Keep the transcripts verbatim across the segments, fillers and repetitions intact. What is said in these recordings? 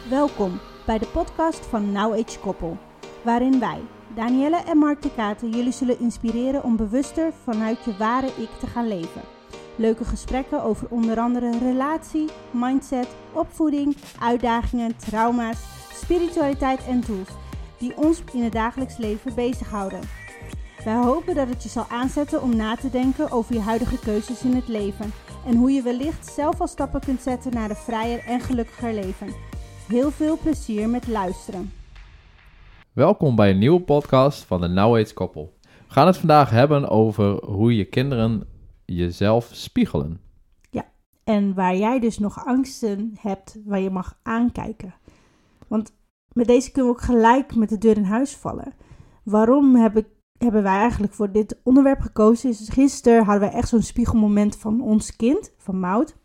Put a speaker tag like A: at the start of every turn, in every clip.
A: Welkom bij de podcast van Now Age Koppel, waarin wij, Danielle en Mark de Katen, jullie zullen inspireren om bewuster vanuit je ware ik te gaan leven. Leuke gesprekken over onder andere relatie, mindset, opvoeding, uitdagingen, trauma's, spiritualiteit en tools die ons in het dagelijks leven bezighouden. Wij hopen dat het je zal aanzetten om na te denken over je huidige keuzes in het leven en hoe je wellicht zelf al stappen kunt zetten naar een vrijer en gelukkiger leven. Heel veel plezier met luisteren.
B: Welkom bij een nieuwe podcast van de Now Age Koppel. We gaan het vandaag hebben over hoe je kinderen jezelf spiegelen.
A: Ja, en waar jij dus nog angsten hebt waar je mag aankijken. Want met deze kunnen we ook gelijk met de deur in huis vallen. Waarom heb ik, hebben wij eigenlijk voor dit onderwerp gekozen? Dus gisteren hadden wij echt zo'n spiegelmoment van ons kind, van Maud.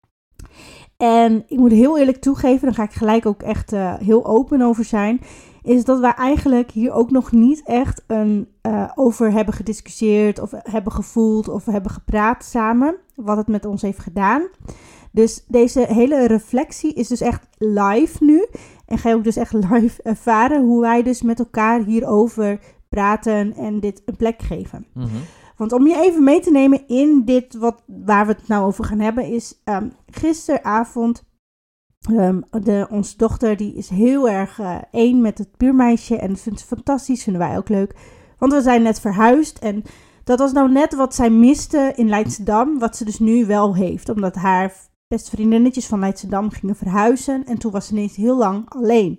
A: En ik moet heel eerlijk toegeven, daar ga ik gelijk ook echt uh, heel open over zijn, is dat wij eigenlijk hier ook nog niet echt een, uh, over hebben gediscussieerd of hebben gevoeld of hebben gepraat samen, wat het met ons heeft gedaan. Dus deze hele reflectie is dus echt live nu en ga je ook dus echt live ervaren hoe wij dus met elkaar hierover praten en dit een plek geven. Mm-hmm. Want om je even mee te nemen in dit wat, waar we het nou over gaan hebben, is um, gisteravond, um, de, onze dochter die is heel erg uh, één met het buurmeisje en dat vindt ze fantastisch, vinden wij ook leuk. Want we zijn net verhuisd en dat was nou net wat zij miste in Leidschendam, wat ze dus nu wel heeft. Omdat haar beste vriendinnetjes van Leidschendam gingen verhuizen en toen was ze ineens heel lang alleen.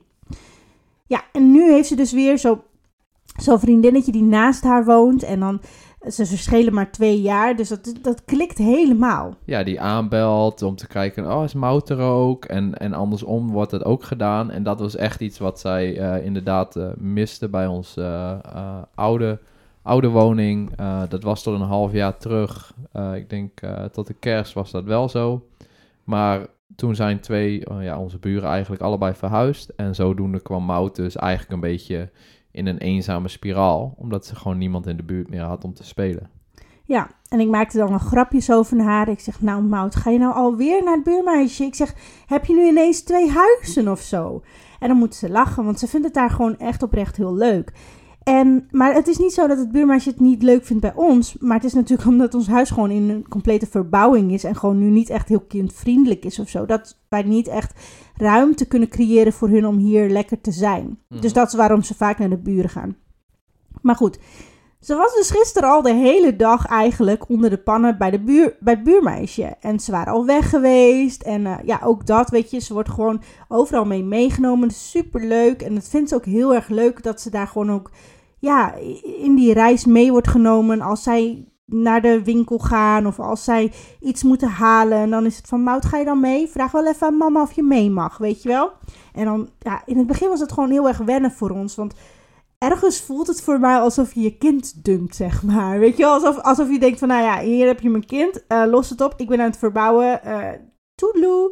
A: Ja, en nu heeft ze dus weer zo, zo'n vriendinnetje die naast haar woont en dan... Ze verschillen maar twee jaar, dus dat, dat klikt helemaal.
B: Ja, die aanbelt om te kijken, oh, is Maud er ook? En, en andersom wordt het ook gedaan. En dat was echt iets wat zij uh, inderdaad uh, miste bij ons uh, uh, oude, oude woning. Uh, dat was tot een half jaar terug. Uh, ik denk uh, tot de kerst was dat wel zo. Maar toen zijn twee, uh, ja, onze buren eigenlijk allebei verhuisd. En zodoende kwam Maud dus eigenlijk een beetje... in een eenzame spiraal, omdat ze gewoon niemand in de buurt meer had om te spelen.
A: Ja, en ik maakte dan een grapjes over haar. Ik zeg, nou Maud, ga je nou alweer naar het buurmeisje? Ik zeg, heb je nu ineens twee huizen of zo? En dan moet ze lachen, want ze vindt het daar gewoon echt oprecht heel leuk. En, maar het is niet zo dat het buurmeisje het niet leuk vindt bij ons, maar het is natuurlijk omdat ons huis gewoon in een complete verbouwing is en gewoon nu niet echt heel kindvriendelijk is of zo. Dat wij niet echt ruimte kunnen creëren voor hun om hier lekker te zijn. Mm-hmm. Dus dat is waarom ze vaak naar de buren gaan. Maar goed, ze was dus gisteren al de hele dag eigenlijk onder de pannen bij, de buur, bij het buurmeisje. En ze waren al weg geweest en uh, ja, ook dat, weet je, ze wordt gewoon overal mee meegenomen. Superleuk en dat vindt ze ook heel erg leuk dat ze daar gewoon ook... ja, in die reis mee wordt genomen als zij naar de winkel gaan of als zij iets moeten halen. En dan is het van, Maud, ga je dan mee? Vraag wel even aan mama of je mee mag, weet je wel? En dan, ja, in het begin was het gewoon heel erg wennen voor ons, want ergens voelt het voor mij alsof je je kind dumpt, zeg maar. Weet je wel, alsof, alsof je denkt van, nou ja, hier heb je mijn kind, uh, los het op, ik ben aan het verbouwen, uh, toedeloe.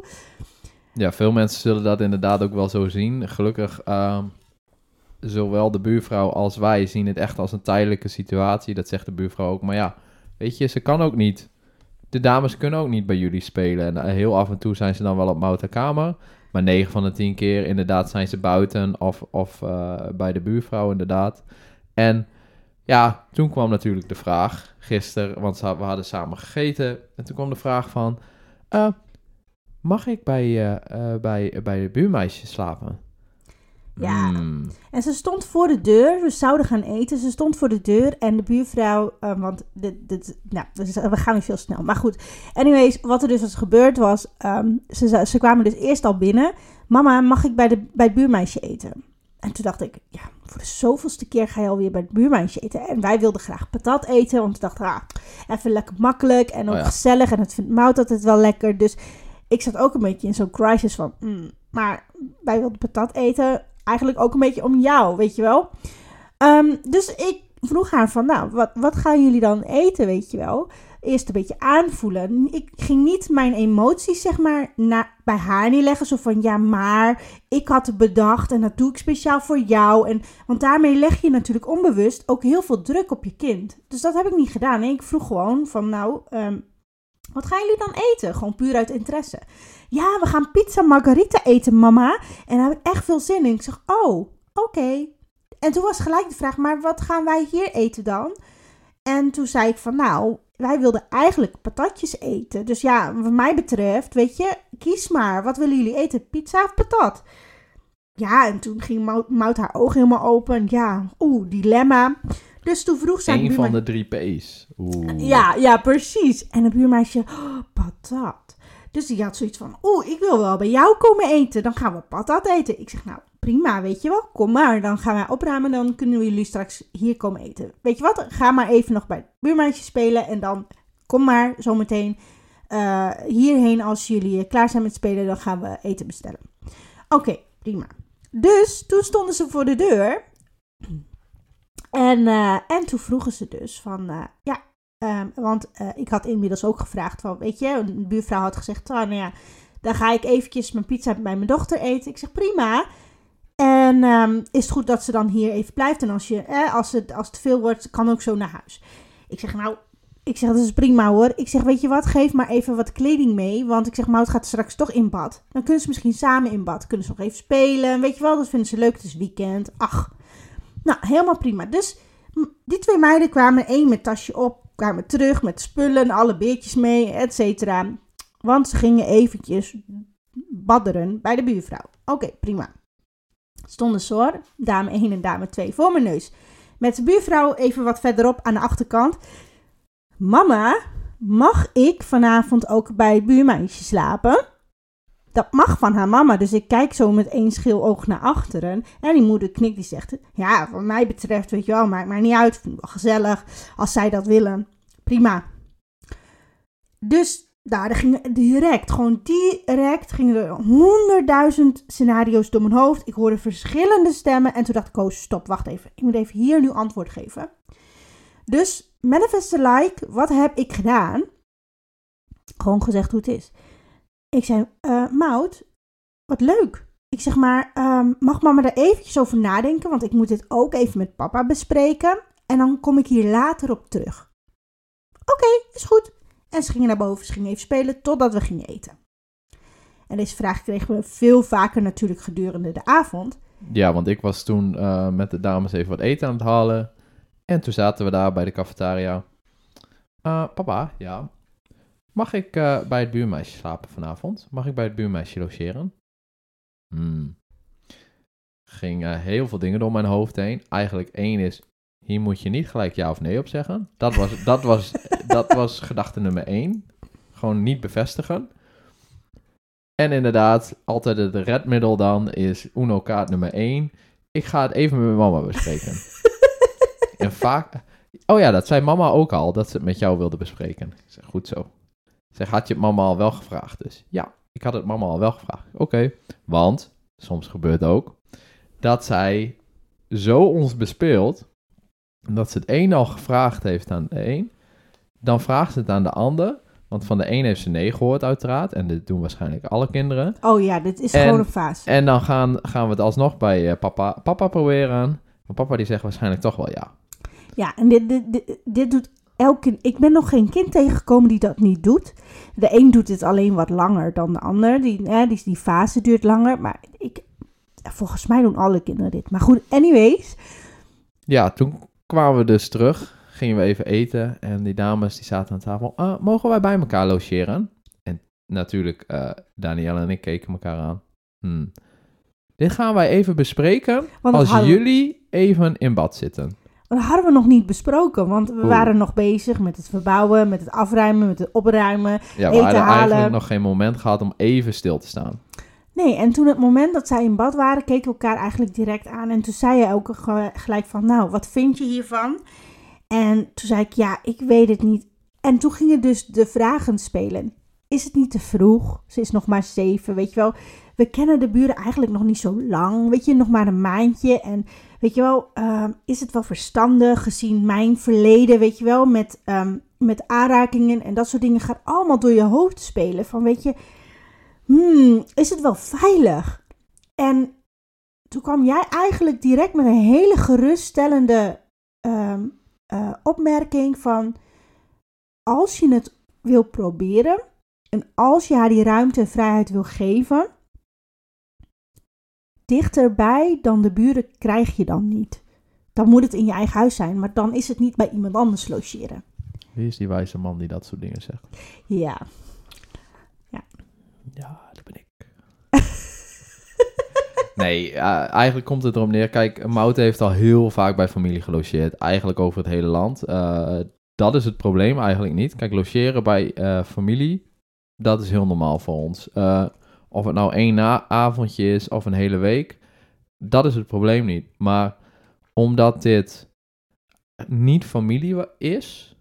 B: Ja, veel mensen zullen dat inderdaad ook wel zo zien. Gelukkig... Uh... Zowel de buurvrouw als wij zien het echt als een tijdelijke situatie. Dat zegt de buurvrouw ook. Maar ja, weet je, ze kan ook niet. De dames kunnen ook niet bij jullie spelen. En heel af en toe zijn ze dan wel op Maud de kamer. Maar negen van de tien keer inderdaad zijn ze buiten of, of uh, bij de buurvrouw inderdaad. En ja, toen kwam natuurlijk de vraag gisteren, want we hadden samen gegeten. En toen kwam de vraag van, uh, mag ik bij, uh, uh, bij, bij de buurmeisje slapen?
A: Ja, mm. En ze stond voor de deur. We zouden gaan eten. Ze stond voor de deur en de buurvrouw... Uh, want dit, dit, nou, dus we gaan nu veel snel. Maar goed. Anyways, wat er dus was gebeurd was... Um, ze, ze kwamen dus eerst al binnen. Mama, mag ik bij, de, bij het buurmeisje eten? En toen dacht ik... Ja, voor de zoveelste keer ga je alweer bij het buurmeisje eten. En wij wilden graag patat eten. Want we dachten, ah, even lekker makkelijk. En ook oh ja. gezellig. En het vindt Maud altijd wel lekker. Dus ik zat ook een beetje in zo'n crisis van... Mm, maar wij wilden patat eten... Eigenlijk ook een beetje om jou, weet je wel. Um, dus ik vroeg haar van, nou, wat, wat gaan jullie dan eten, weet je wel? Eerst een beetje aanvoelen. Ik ging niet mijn emoties, zeg maar, na, bij haar neerleggen. Zo van, ja, maar ik had het bedacht en dat doe ik speciaal voor jou. En, want daarmee leg je natuurlijk onbewust ook heel veel druk op je kind. Dus dat heb ik niet gedaan. Nee, ik vroeg gewoon van, nou, um, Wat gaan jullie dan eten? Gewoon puur uit interesse. Ja, we gaan pizza margarita eten, mama. En daar heb ik echt veel zin in. Ik zeg, oh, oké. Okay. En toen was gelijk de vraag, maar wat gaan wij hier eten dan? En toen zei ik van, nou, wij wilden eigenlijk patatjes eten. Dus ja, wat mij betreft, weet je, kies maar. Wat willen jullie eten? Pizza of patat? Ja, en toen ging Mout, Mout haar ogen helemaal open. Ja, oeh, dilemma. Dus toen vroeg ze aan
B: Eén
A: de
B: van de drie P's. Oeh.
A: Ja, ja, precies. En het buurmeisje, oh, patat. Dus die had zoiets van, oeh, ik wil wel bij jou komen eten. Dan gaan we patat eten. Ik zeg, nou, prima, weet je wel. Kom maar, dan gaan wij opruimen. Dan kunnen jullie straks hier komen eten. Weet je wat, ga maar even nog bij het buurmeisje spelen. En dan kom maar zometeen uh, hierheen als jullie klaar zijn met spelen. Dan gaan we eten bestellen. Oké, okay, prima. Dus toen stonden ze voor de deur. En, uh, en toen vroegen ze dus van, uh, ja, um, want uh, ik had inmiddels ook gevraagd van, weet je, een buurvrouw had gezegd, oh, nou ja, dan ga ik eventjes mijn pizza bij mijn dochter eten. Ik zeg, prima. En um, is het goed dat ze dan hier even blijft? En als, je, eh, als, het, als het veel wordt, kan ook zo naar huis. Ik zeg, nou, ik zeg, dat is prima hoor. Ik zeg, weet je wat, geef maar even wat kleding mee. Want ik zeg, Mout gaat straks toch in bad. Dan kunnen ze misschien samen in bad. Kunnen ze nog even spelen. Weet je wel, dat vinden ze leuk. Het is weekend. Ach. Nou, helemaal prima. Dus die twee meiden kwamen, één met tasje op, kwamen terug met spullen, alle beertjes mee, et cetera. Want ze gingen eventjes badderen bij de buurvrouw. Oké, okay, prima. Stonden ze hoor, dame één en dame twee voor mijn neus. Met de buurvrouw even wat verderop aan de achterkant. Mama, mag ik vanavond ook bij het buurmeisje slapen? Dat mag van haar mama, dus ik kijk zo met één schil oog naar achteren. En die moeder knikt, die zegt, ja, wat mij betreft, weet je wel, maakt mij niet uit. Vind ik wel gezellig, als zij dat willen. Prima. Dus daar gingen direct, gewoon direct, gingen er honderdduizend scenario's door mijn hoofd. Ik hoorde verschillende stemmen en toen dacht ik, oh, stop, wacht even. Ik moet even hier nu antwoord geven. Dus, manifest like, wat heb ik gedaan? Gewoon gezegd hoe het is. Ik zei, uh, Mout, wat leuk. Ik zeg maar, um, mag mama er eventjes over nadenken? Want ik moet dit ook even met papa bespreken. En dan kom ik hier later op terug. Oké, okay, is goed. En ze gingen naar boven, ze gingen even spelen totdat we gingen eten. En deze vraag kregen we veel vaker natuurlijk gedurende de avond.
B: Ja, want ik was toen uh, met de dames even wat eten aan het halen. En toen zaten we daar bij de cafetaria. Uh, papa, ja... Mag ik uh, bij het buurmeisje slapen vanavond? Mag ik bij het buurmeisje logeren? Hmm. Ging uh, heel veel dingen door mijn hoofd heen. Eigenlijk één is, hier moet je niet gelijk ja of nee op zeggen. Dat was, dat was, dat was gedachte nummer één. Gewoon niet bevestigen. En inderdaad, altijd het redmiddel dan is Uno kaart nummer één. Ik ga het even met mijn mama bespreken. En vaak... Oh ja, dat zei mama ook al, dat ze het met jou wilde bespreken. Ik zeg, goed zo. Zeg, had je het mama al wel gevraagd? Dus ja, ik had het mama al wel gevraagd. Oké, okay. Want, soms gebeurt ook, dat zij zo ons bespeelt, dat ze het een al gevraagd heeft aan de een, dan vraagt ze het aan de ander, want van de een heeft ze nee gehoord uiteraard, en dit doen waarschijnlijk alle kinderen.
A: Oh ja, dit is
B: en,
A: gewoon een fase.
B: En dan gaan, gaan we het alsnog bij uh, papa, papa proberen, maar papa die zegt waarschijnlijk toch wel ja.
A: Ja, en dit, dit, dit, dit doet elk kind. Ik ben nog geen kind tegengekomen die dat niet doet. De een doet het alleen wat langer dan de ander. Die, eh, die, die fase duurt langer. Maar ik, volgens mij doen alle kinderen dit. Maar goed, anyways.
B: Ja, toen kwamen we dus terug. Gingen we even eten. En die dames die zaten aan tafel. Uh, mogen wij bij elkaar logeren? En natuurlijk, uh, Danielle en ik keken elkaar aan. Hmm. Dit gaan wij even bespreken als jullie we... even in bad zitten.
A: Dat hadden we nog niet besproken, want we Oeh. waren nog bezig met het verbouwen, met het afruimen, met het opruimen,
B: ja,
A: eten
B: we hadden
A: halen.
B: eigenlijk nog geen moment gehad om even stil te staan.
A: Nee, en toen het moment dat zij in bad waren, keken we elkaar eigenlijk direct aan. En toen zei je ook gelijk van, nou, wat vind je hiervan? En toen zei ik, ja, ik weet het niet. En toen gingen dus de vragen spelen. Is het niet te vroeg? Ze is nog maar zeven, weet je wel. We kennen de buren eigenlijk nog niet zo lang, weet je, nog maar een maandje. En weet je wel, uh, is het wel verstandig gezien mijn verleden, weet je wel, met, um, met aanrakingen en dat soort dingen gaat allemaal door je hoofd spelen. Van weet je, hmm, is het wel veilig? En toen kwam jij eigenlijk direct met een hele geruststellende um, uh, opmerking van, als je het wil proberen en als je haar die ruimte en vrijheid wil geven, dichterbij dan de buren krijg je dan niet. Dan moet het in je eigen huis zijn, maar dan is het niet bij iemand anders logeren.
B: Wie is die wijze man die dat soort dingen zegt?
A: Ja.
B: Ja, dat ben ik. Nee, uh, eigenlijk komt het erop neer. Kijk, Mout heeft al heel vaak bij familie gelogeerd. Eigenlijk over het hele land. Uh, dat is het probleem eigenlijk niet. Kijk, logeren bij uh, familie, dat is heel normaal voor ons. Uh, of het nou één na- avondje is of een hele week, dat is het probleem niet. Maar omdat dit niet familie is,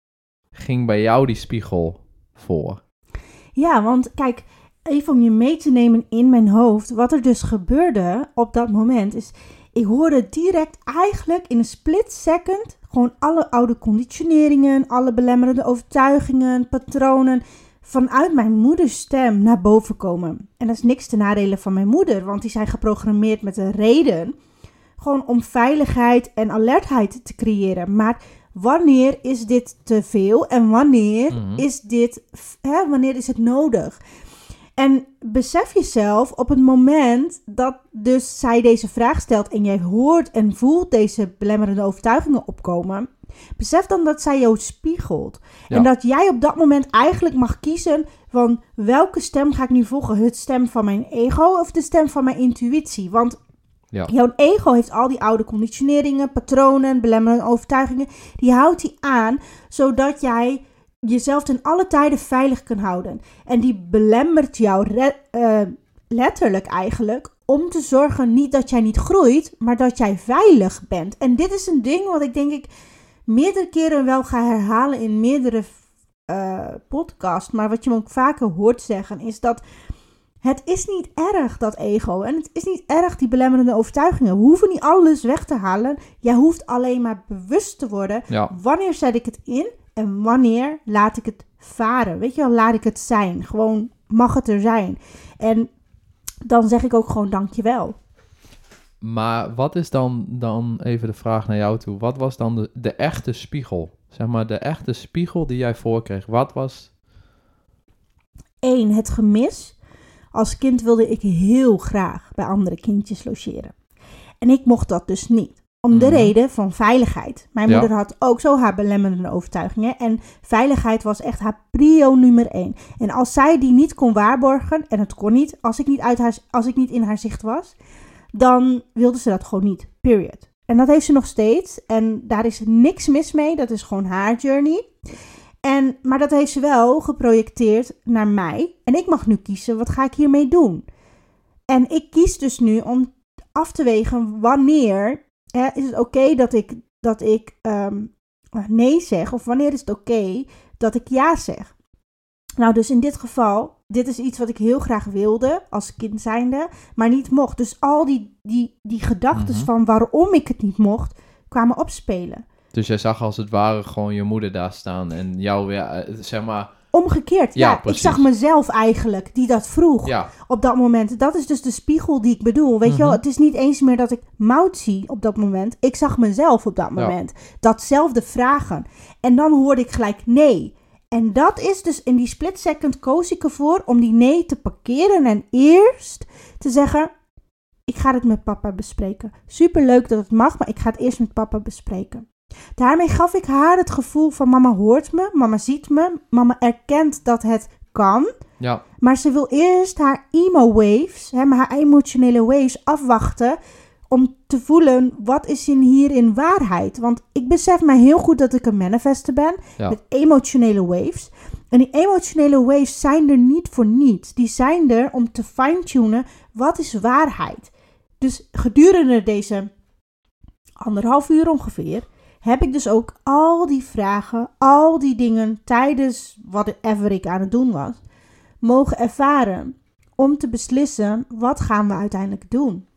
B: ging bij jou die spiegel voor.
A: Ja, want kijk, even om je mee te nemen in mijn hoofd, wat er dus gebeurde op dat moment is, ik hoorde direct eigenlijk in een split second gewoon alle oude conditioneringen, alle belemmerende overtuigingen, patronen vanuit mijn moeders stem naar boven komen. En dat is niks ten nadele van mijn moeder, want die zijn geprogrammeerd met een reden, gewoon om veiligheid en alertheid te creëren. Maar wanneer is dit te veel en wanneer mm-hmm. is dit, hè, wanneer is het nodig? En besef jezelf op het moment dat dus zij deze vraag stelt en jij hoort en voelt deze belemmerende overtuigingen opkomen, besef dan dat zij jou spiegelt. Ja. En dat jij op dat moment eigenlijk mag kiezen van welke stem ga ik nu volgen? Het stem van mijn ego of de stem van mijn intuïtie? Want ja. jouw ego heeft al die oude conditioneringen, patronen, belemmerende overtuigingen. Die houdt die aan, zodat jij jezelf ten alle tijden veilig kan houden. En die belemmert jou re- uh, letterlijk eigenlijk om te zorgen niet dat jij niet groeit, maar dat jij veilig bent. En dit is een ding wat ik denk ik meerdere keren wel ga herhalen in meerdere uh, podcasts. Maar wat je me ook vaker hoort zeggen is dat het is niet erg, dat ego. En het is niet erg, die belemmerende overtuigingen. We hoeven niet alles weg te halen. Jij hoeft alleen maar bewust te worden. Ja. Wanneer zet ik het in en wanneer laat ik het varen? Weet je wel, laat ik het zijn. Gewoon mag het er zijn. En dan zeg ik ook gewoon dankjewel.
B: Maar wat is dan, dan even de vraag naar jou toe. Wat was dan de, de echte spiegel? Zeg maar, de echte spiegel die jij voorkreeg. Wat was?
A: Eén, het gemis. Als kind wilde ik heel graag bij andere kindjes logeren. En ik mocht dat dus niet. Om mm. de reden van veiligheid. Mijn ja. moeder had ook zo haar belemmerende overtuigingen. En veiligheid was echt haar prio nummer één. En als zij die niet kon waarborgen, en het kon niet, als ik niet, uit haar, als ik niet in haar zicht was, dan wilde ze dat gewoon niet. Period. En dat heeft ze nog steeds. En daar is niks mis mee. Dat is gewoon haar journey. En, maar dat heeft ze wel geprojecteerd naar mij. En ik mag nu kiezen, wat ga ik hiermee doen? En ik kies dus nu om af te wegen wanneer hè, is het oké okay dat ik, dat ik um, nee zeg. Of wanneer is het oké okay dat ik ja zeg. Nou, dus in dit geval, dit is iets wat ik heel graag wilde als kind zijnde, maar niet mocht. Dus al die, die, die gedachten mm-hmm. van waarom ik het niet mocht, kwamen opspelen.
B: Dus jij zag als het ware gewoon je moeder daar staan en jou weer, zeg maar...
A: Omgekeerd, ja. ja ik zag mezelf eigenlijk, die dat vroeg ja. op dat moment. Dat is dus de spiegel die ik bedoel. Weet mm-hmm. je wel, het is niet eens meer dat ik Mout zie op dat moment. Ik zag mezelf op dat moment. Ja. Datzelfde vragen. En dan hoorde ik gelijk nee. En dat is dus in die split second koos ik ervoor om die nee te parkeren en eerst te zeggen, ik ga het met papa bespreken. Superleuk dat het mag, maar ik ga het eerst met papa bespreken. Daarmee gaf ik haar het gevoel van mama hoort me, mama ziet me, mama erkent dat het kan. Ja. Maar ze wil eerst haar emo waves, hè, haar emotionele waves afwachten om te voelen wat is in hierin waarheid. Want ik besef mij heel goed dat ik een manifester ben ja. met emotionele waves. En die emotionele waves zijn er niet voor niets. Die zijn er om te fine-tunen wat is waarheid. Dus gedurende deze anderhalf uur ongeveer heb ik dus ook al die vragen, al die dingen tijdens whatever ik aan het doen was, mogen ervaren om te beslissen wat gaan we uiteindelijk doen.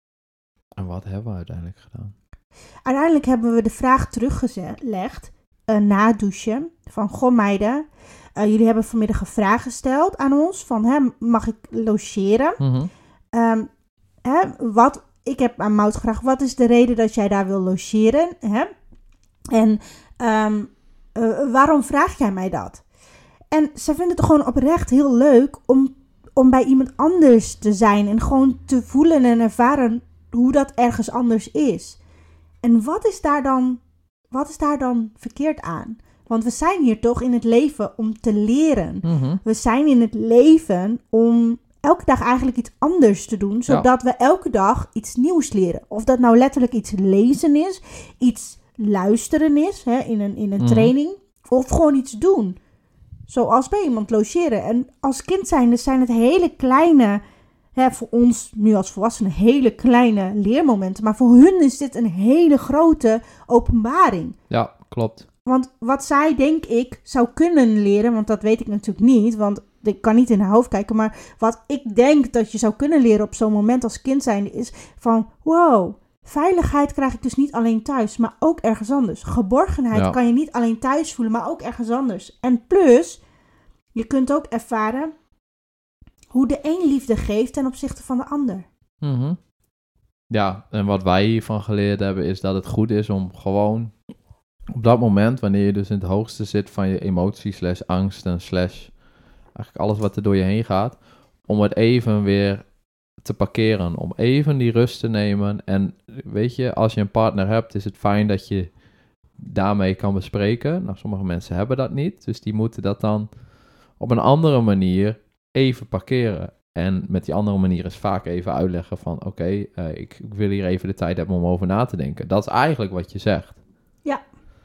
B: En wat hebben we uiteindelijk gedaan?
A: Uiteindelijk hebben we de vraag teruggelegd uh, na het douchen van goh meiden, uh, jullie hebben vanmiddag een vraag gesteld aan ons van hè, mag ik logeren? Mm-hmm. Um, hè, wat, ik heb aan Mout gevraagd, wat is de reden dat jij daar wil logeren? Hè? En um, uh, waarom vraag jij mij dat? En zij vinden het gewoon oprecht heel leuk om, om bij iemand anders te zijn. En gewoon te voelen en ervaren hoe dat ergens anders is. En wat is daar dan, wat is daar dan verkeerd aan? Want we zijn hier toch in het leven om te leren.
B: Mm-hmm.
A: We zijn in het leven om elke dag eigenlijk iets anders te doen. Zodat ja. we elke dag iets nieuws leren. Of dat nou letterlijk iets lezen is. Iets luisteren is hè, in een, in een mm. training. Of gewoon iets doen. Zoals bij iemand logeren. En als kind zijnde zijn het hele kleine... Hè, voor ons nu als volwassenen hele kleine leermomenten. Maar voor hun is dit een hele grote openbaring.
B: Ja, klopt.
A: Want wat zij, denk ik, zou kunnen leren... want dat weet ik natuurlijk niet... want ik kan niet in haar hoofd kijken... maar wat ik denk dat je zou kunnen leren op zo'n moment als kind zijnde... is van, wow, veiligheid krijg ik dus niet alleen thuis... maar ook ergens anders. Geborgenheid ja. kan je niet alleen thuis voelen... maar ook ergens anders. En plus, je kunt ook ervaren... hoe de een liefde geeft ten opzichte van de ander.
B: Mm-hmm. Ja, en wat wij hiervan geleerd hebben... is dat het goed is om gewoon... op dat moment, wanneer je dus in het hoogste zit... van je emotie, slash angsten, slash... eigenlijk alles wat er door je heen gaat... om het even weer te parkeren. Om even die rust te nemen. En weet je, als je een partner hebt... is het fijn dat je daarmee kan bespreken. Nou, sommige mensen hebben dat niet. Dus die moeten dat dan op een andere manier... even parkeren. En met die andere manier is vaak even uitleggen van... oké, okay, uh, ik, ik wil hier even de tijd hebben om over na te denken. Dat is eigenlijk wat je zegt.
A: Ja.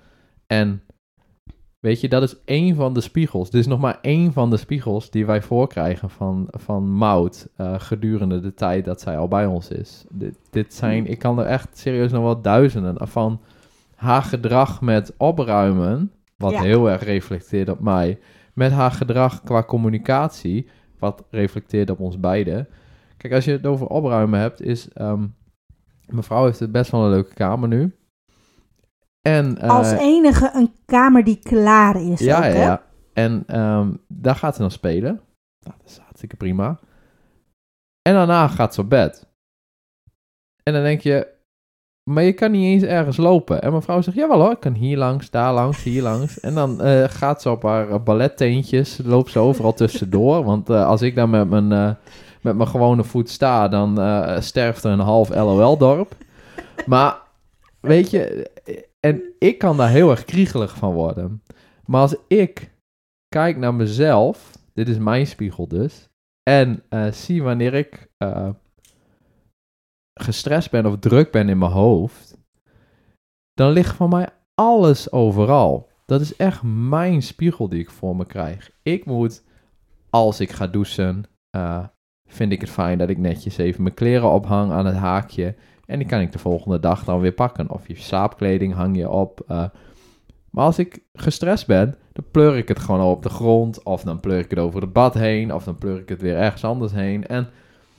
B: En weet je, dat is één van de spiegels. Dit is nog maar één van de spiegels die wij voorkrijgen van, van Maud... Uh, gedurende de tijd dat zij al bij ons is. Dit, dit zijn, ik kan er echt serieus nog wel duizenden van haar gedrag met opruimen... wat ja. heel erg reflecteert op mij... met haar gedrag qua communicatie... wat reflecteert op ons beiden. Kijk, als je het over opruimen hebt, is... Um, mevrouw heeft het best wel een leuke kamer nu. En, uh,
A: als enige een kamer die klaar is.
B: Ja,
A: ook,
B: ja,
A: hè?
B: ja. En um, daar gaat ze dan spelen. Nou, dat is hartstikke prima. En daarna gaat ze op bed. En dan denk je... maar je kan niet eens ergens lopen. En mevrouw zegt, jawel hoor, ik kan hier langs, daar langs, hier langs. En dan uh, gaat ze op haar uh, balletteentjes, loopt ze overal tussendoor. Want uh, als ik dan met mijn, uh, met mijn gewone voet sta, dan uh, sterft er een half L O L-dorp. Maar, weet je, en ik kan daar heel erg kriegelig van worden. Maar als ik kijk naar mezelf, dit is mijn spiegel dus, en uh, zie wanneer ik... Uh, gestrest ben of druk ben in mijn hoofd, dan ligt van mij alles overal. Dat is echt mijn spiegel die ik voor me krijg. Ik moet, als ik ga douchen, uh, vind ik het fijn dat ik netjes even mijn kleren ophang aan het haakje. En die kan ik de volgende dag dan weer pakken. Of je slaapkleding hang je op. Uh, maar als ik gestrest ben, dan pleur ik het gewoon op de grond. Of dan pleur ik het over het bad heen. Of dan pleur ik het weer ergens anders heen. En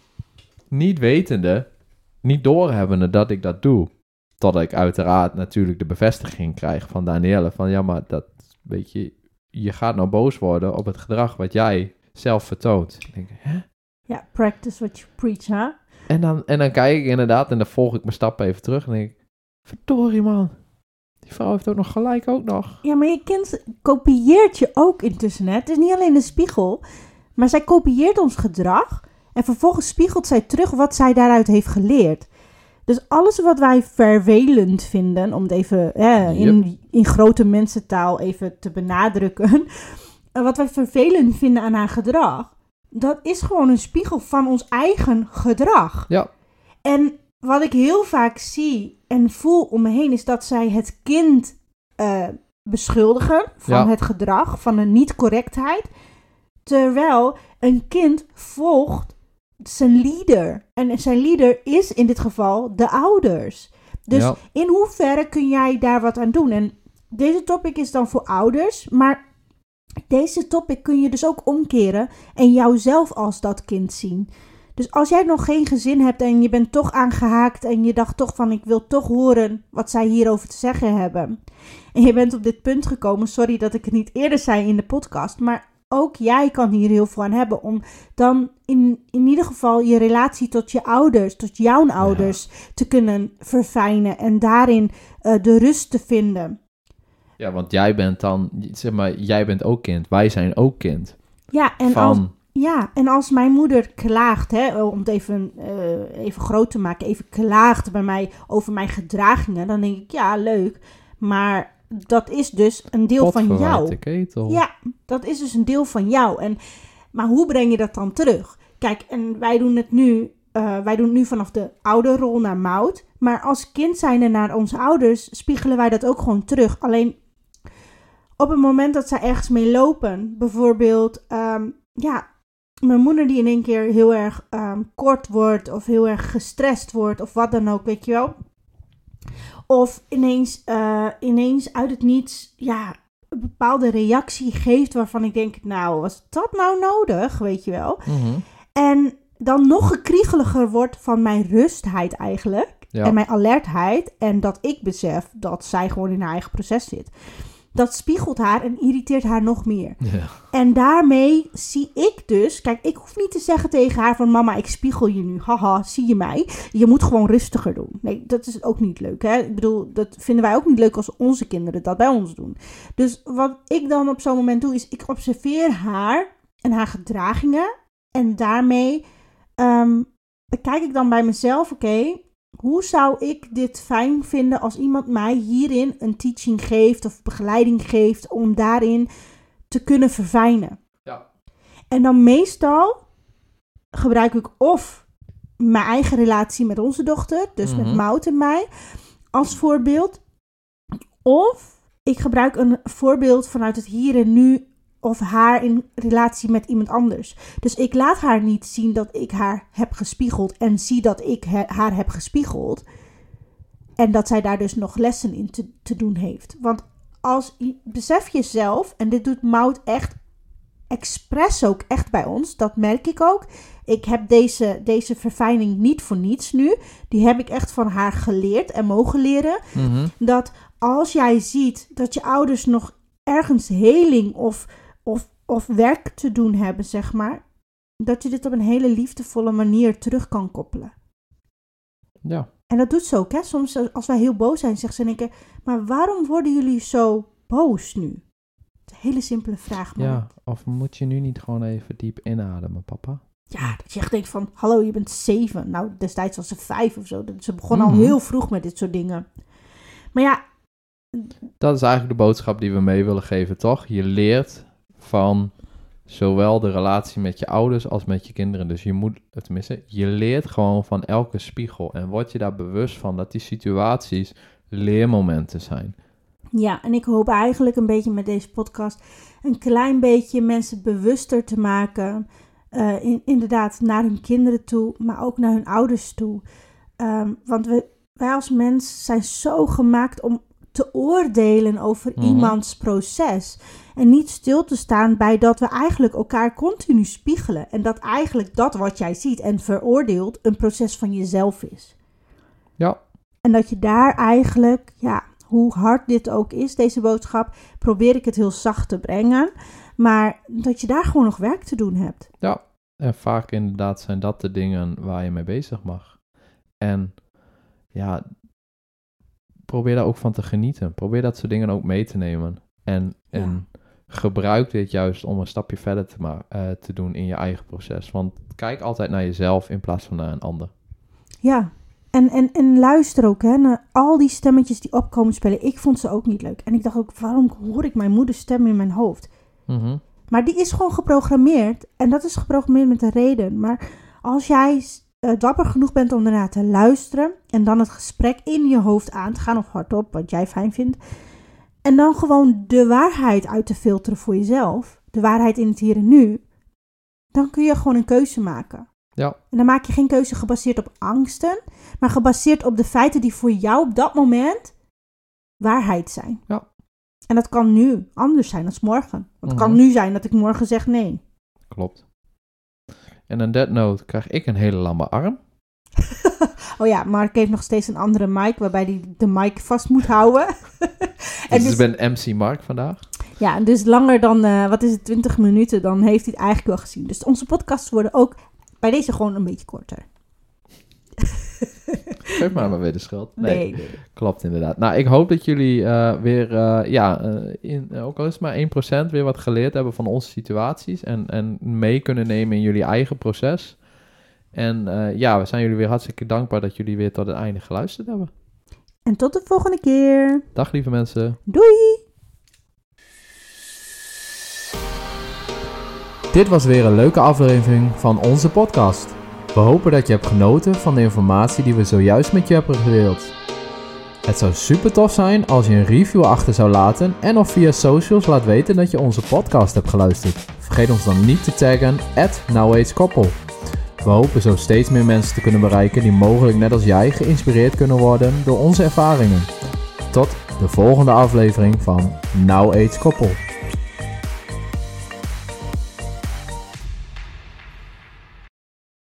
B: niet wetende... niet doorhebbende dat ik dat doe. Totdat ik uiteraard natuurlijk de bevestiging krijg van Danielle. Van ja, maar dat, weet je, je gaat nou boos worden op het gedrag wat jij zelf vertoont. Ik denk, hè?
A: Ja, practice what you preach, hè? Huh?
B: En dan, en dan kijk ik inderdaad en dan volg ik mijn stappen even terug. En denk ik, verdorie man. Die vrouw heeft ook nog gelijk ook nog.
A: Ja, maar je kind kopieert je ook intussen, hè? Het is niet alleen een spiegel. Maar zij kopieert ons gedrag... en vervolgens spiegelt zij terug wat zij daaruit heeft geleerd. Dus alles wat wij vervelend vinden... om het even eh, in, yep. in grote mensentaal even te benadrukken... wat wij vervelend vinden aan haar gedrag... dat is gewoon een spiegel van ons eigen gedrag.
B: Ja.
A: En wat ik heel vaak zie en voel om me heen... is dat zij het kind uh, beschuldigen van ja. het gedrag... van een niet-correctheid... terwijl een kind volgt... zijn leader. En zijn leader is in dit geval de ouders. Dus ja. in hoeverre kun jij daar wat aan doen? En deze topic is dan voor ouders. Maar deze topic kun je dus ook omkeren. En jouzelf als dat kind zien. Dus als jij nog geen gezin hebt en je bent toch aangehaakt. En je dacht toch van ik wil toch horen wat zij hierover te zeggen hebben. En je bent op dit punt gekomen. Sorry dat ik het niet eerder zei in de podcast. Maar ook jij kan hier heel veel aan hebben om dan in, in ieder geval je relatie tot je ouders, tot jouw ouders, ja. te kunnen verfijnen en daarin uh, de rust te vinden.
B: Ja, want jij bent dan, zeg maar, jij bent ook kind. Wij zijn ook kind.
A: Ja, en
B: van...
A: als... Ja, en als mijn moeder klaagt, hè, om het even, uh, even groot te maken, even klaagt bij mij over mijn gedragingen, dan denk ik, ja, leuk. Maar dat is dus een deel van jou.
B: Ketel.
A: Ja, dat is dus een deel van jou. En, maar hoe breng je dat dan terug? Kijk, en wij doen het nu, uh, wij doen het nu vanaf de ouderrol naar Maud. Maar als kind zijnde naar onze ouders, spiegelen wij dat ook gewoon terug. Alleen op het moment dat zij ergens mee lopen, bijvoorbeeld, um, ja... Mijn moeder die in één keer heel erg um, kort wordt of heel erg gestrest wordt of wat dan ook, weet je wel. Of ineens, uh, ineens uit het niets ja, een bepaalde reactie geeft waarvan ik denk, nou, was dat nou nodig, weet je wel.
B: Mm-hmm.
A: En dan nog gekriegeliger wordt van mijn rustheid eigenlijk. Ja. En mijn alertheid. En dat ik besef dat zij gewoon in haar eigen proces zit. Dat spiegelt haar en irriteert haar nog meer.
B: Ja.
A: En daarmee zie ik dus... Kijk, ik hoef niet te zeggen tegen haar van... Mama, ik spiegel je nu. Haha, zie je mij? Je moet gewoon rustiger doen. Nee, dat is ook niet leuk, hè? Ik bedoel, dat vinden wij ook niet leuk als onze kinderen dat bij ons doen. Dus wat ik dan op zo'n moment doe... is ik observeer haar en haar gedragingen. En daarmee um, kijk ik dan bij mezelf... Oké, okay, hoe zou ik dit fijn vinden als iemand mij hierin een teaching geeft of begeleiding geeft om daarin te kunnen verfijnen?
B: Ja.
A: En dan meestal gebruik ik of mijn eigen relatie met onze dochter, dus mm-hmm. met Maud en mij, als voorbeeld. Of ik gebruik een voorbeeld vanuit het hier en nu of haar in relatie met iemand anders. Dus ik laat haar niet zien dat ik haar heb gespiegeld en zie dat ik he- haar heb gespiegeld. En dat zij daar dus nog lessen in te, te doen heeft. Want als besef jezelf, en dit doet Maud echt expres ook echt bij ons, dat merk ik ook. Ik heb deze, deze verfijning niet voor niets nu. Die heb ik echt van haar geleerd en mogen leren.
B: Mm-hmm.
A: Dat als jij ziet dat je ouders nog ergens heling of Of, of werk te doen hebben, zeg maar, dat je dit op een hele liefdevolle manier terug kan koppelen.
B: Ja.
A: En dat doet ze ook, hè. Soms als wij heel boos zijn, zegt ze in één keer, maar waarom worden jullie zo boos nu? Een hele simpele vraag, man.
B: Ja, of moet je nu niet gewoon even diep inademen, papa?
A: Ja, dat je echt denkt van, hallo, je bent zeven. Nou, destijds was ze vijf of zo. Ze begon mm-hmm. al heel vroeg met dit soort dingen. Maar ja.
B: Dat is eigenlijk de boodschap die we mee willen geven, toch? Je leert van zowel de relatie met je ouders als met je kinderen. Dus je moet, tenminste, je leert gewoon van elke spiegel. En word je daar bewust van dat die situaties leermomenten zijn.
A: Ja, en ik hoop eigenlijk een beetje met deze podcast een klein beetje mensen bewuster te maken. Uh, in, inderdaad, naar hun kinderen toe, maar ook naar hun ouders toe. Um, want we, wij als mens zijn zo gemaakt om te oordelen over mm-hmm. iemands proces. En niet stil te staan bij dat we eigenlijk elkaar continu spiegelen. En dat eigenlijk dat wat jij ziet en veroordeelt een proces van jezelf is.
B: Ja.
A: En dat je daar eigenlijk, ja, hoe hard dit ook is, deze boodschap, probeer ik het heel zacht te brengen. Maar dat je daar gewoon nog werk te doen hebt.
B: Ja, en vaak inderdaad zijn dat de dingen waar je mee bezig mag. En ja, probeer daar ook van te genieten. Probeer dat soort dingen ook mee te nemen. En, ja. en gebruik dit juist om een stapje verder te, ma- uh, te doen in je eigen proces. Want kijk altijd naar jezelf in plaats van naar een ander.
A: Ja, en, en, en luister ook hè, naar al die stemmetjes die opkomen spelen. Ik vond ze ook niet leuk. En ik dacht ook, waarom hoor ik mijn moeders stem in mijn hoofd?
B: Mm-hmm.
A: Maar die is gewoon geprogrammeerd. En dat is geprogrammeerd met een reden. Maar als jij uh, dapper genoeg bent om daarna te luisteren en dan het gesprek in je hoofd aan te gaan of hardop, wat jij fijn vindt. En dan gewoon de waarheid uit te filteren voor jezelf. De waarheid in het hier en nu. Dan kun je gewoon een keuze maken.
B: Ja.
A: En dan maak je geen keuze gebaseerd op angsten, maar gebaseerd op de feiten die voor jou op dat moment waarheid zijn.
B: Ja.
A: En dat kan nu anders zijn dan morgen. Want het
B: Mm-hmm.
A: kan nu zijn dat ik morgen zeg nee.
B: Klopt. En on that note krijg ik een hele lamme arm.
A: Oh ja, Mark heeft nog steeds een andere mic waarbij hij de mic vast moet houden.
B: En dus, dus ik ben M C Mark vandaag.
A: Ja, en dus langer dan, uh, wat is het, twintig minuten, dan heeft hij het eigenlijk wel gezien. Dus onze podcasts worden ook bij deze gewoon een beetje korter.
B: geef maar maar weer de schuld. Nee,
A: Nee, nee.
B: klopt inderdaad. Nou, ik hoop dat jullie uh, weer, uh, ja, uh, in, uh, ook al is het maar één procent weer wat geleerd hebben van onze situaties. En, en mee kunnen nemen in jullie eigen proces. En uh, ja, we zijn jullie weer hartstikke dankbaar dat jullie weer tot het einde geluisterd hebben.
A: En tot de volgende keer.
B: Dag lieve mensen.
A: Doei!
B: Dit was weer een leuke aflevering van onze podcast. We hopen dat je hebt genoten van de informatie die we zojuist met je hebben gedeeld. Het zou super tof zijn als je een review achter zou laten en of via socials laat weten dat je onze podcast hebt geluisterd. Vergeet ons dan niet te taggen at NowAgeKoppel. We hopen zo steeds meer mensen te kunnen bereiken die mogelijk net als jij geïnspireerd kunnen worden door onze ervaringen. Tot de volgende aflevering van NowAgeKoppel.